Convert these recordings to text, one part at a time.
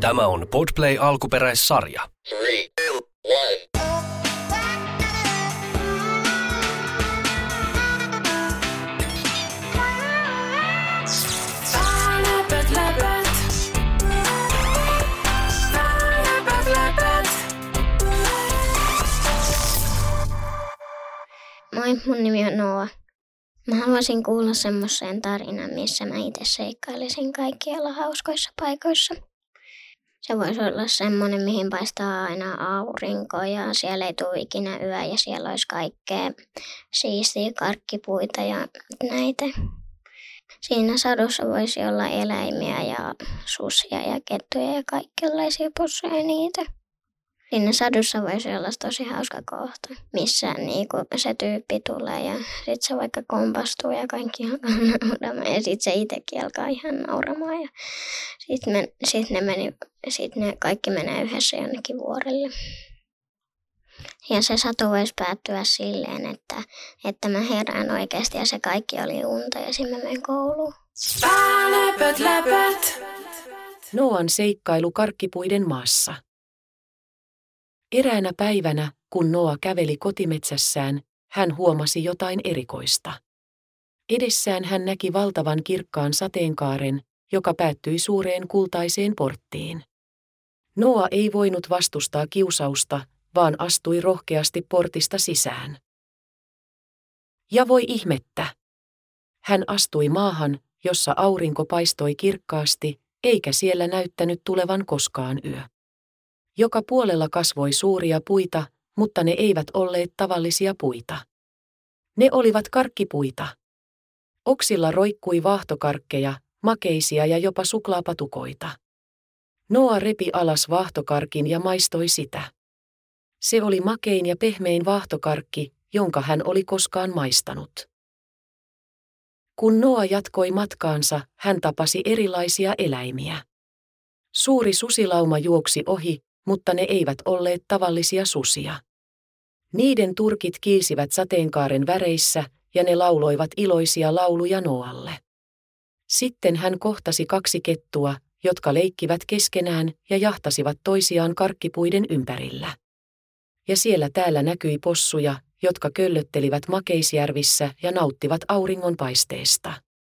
Tämä on Podplay alkuperäissarja. 3, 2, 1. Moi, mun nimi on Noa. Mä haluaisin kuulla semmoisen tarinan, missä mä itse seikkailisin kaikkialla hauskoissa paikoissa. Se voisi olla semmoinen, mihin paistaa aina aurinko ja siellä ei tule ikinä yö ja siellä olisi kaikkea siistiä karkkipuita ja näitä. Siinä sadussa voisi olla eläimiä ja susia ja kettuja ja kaikenlaisia possuja ja niitä. Siinä sadussa voisi olla tosi hauska kohta, missä se tyyppi tulee ja sitten se vaikka kompastuu ja kaikki alkaa nauramaan ja sitten se itsekin alkaa ihan nauramaan ja sitten ne kaikki menee yhdessä jonnekin vuorelle. Ja se satu voisi päättyä silleen, että mä herään oikeasti ja se kaikki oli unta ja sitten mä menen kouluun. Noan seikkailu karkkipuiden maassa. Eräänä päivänä, kun Noa käveli kotimetsässään, hän huomasi jotain erikoista. Edessään hän näki valtavan kirkkaan sateenkaaren, joka päättyi suureen kultaiseen porttiin. Noa ei voinut vastustaa kiusausta, vaan astui rohkeasti portista sisään. Ja voi ihmettä! Hän astui maahan, jossa aurinko paistoi kirkkaasti, eikä siellä näyttänyt tulevan koskaan yö. Joka puolella kasvoi suuria puita, mutta ne eivät olleet tavallisia puita. Ne olivat karkkipuita. Oksilla roikkui vaahtokarkkeja, makeisia ja jopa suklaapatukoita. Noa repi alas vaahtokarkin ja maistoi sitä. Se oli makein ja pehmein vaahtokarkki, jonka hän oli koskaan maistanut. Kun Noa jatkoi matkaansa, hän tapasi erilaisia eläimiä. Suuri susilauma juoksi ohi, mutta ne eivät olleet tavallisia susia. Niiden turkit kiilsivät sateenkaaren väreissä ja ne lauloivat iloisia lauluja Noalle. Sitten hän kohtasi 2 kettua, jotka leikkivät keskenään ja jahtasivat toisiaan karkkipuiden ympärillä. Ja siellä täällä näkyi possuja, jotka köllöttelivät makeisjärvissä ja nauttivat auringonpaisteesta.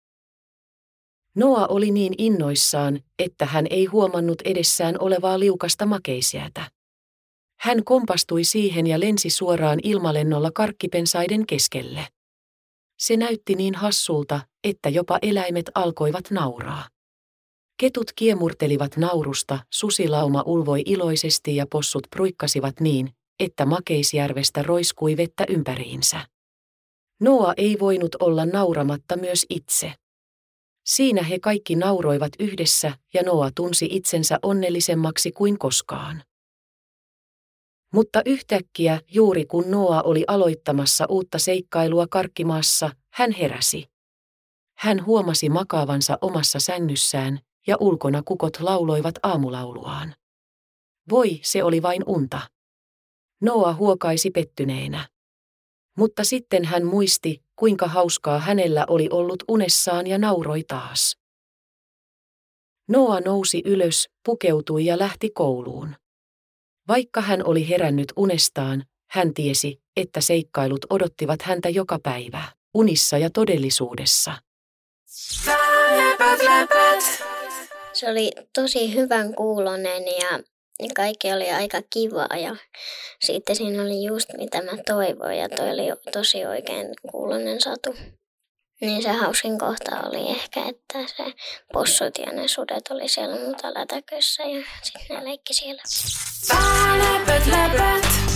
Noa oli niin innoissaan, että hän ei huomannut edessään olevaa liukasta makeisjäätä. Hän kompastui siihen ja lensi suoraan ilmalennolla karkkipensaiden keskelle. Se näytti niin hassulta, että jopa eläimet alkoivat nauraa. Ketut kiemurtelivat naurusta, susilauma ulvoi iloisesti ja possut pruikkasivat niin, että makeisjärvestä roiskui vettä ympäriinsä. Noa ei voinut olla nauramatta myös itse. Siinä he kaikki nauroivat yhdessä ja Noa tunsi itsensä onnellisemmaksi kuin koskaan. Mutta yhtäkkiä, juuri kun Noa oli aloittamassa uutta seikkailua karkkimaassa, hän heräsi. Hän huomasi makaavansa omassa sängyssään ja ulkona kukot lauloivat aamulauluaan. Voi, se oli vain unta. Noa huokaisi pettyneenä. Mutta sitten hän muisti, kuinka hauskaa hänellä oli ollut unessaan ja nauroi taas. Noa nousi ylös, pukeutui ja lähti kouluun. Vaikka hän oli herännyt unestaan, hän tiesi, että seikkailut odottivat häntä joka päivä, unissa ja todellisuudessa. Se oli tosi hyvän kuulonen ja kaikki oli aika kivaa ja sitten siinä oli just mitä mä toivoin ja toi oli tosi oikein kuulonen satu. Niin se hauskin kohta oli ehkä, että se possut ja ne sudet oli siellä mutalätäkössä ja sitten ne leikki siellä.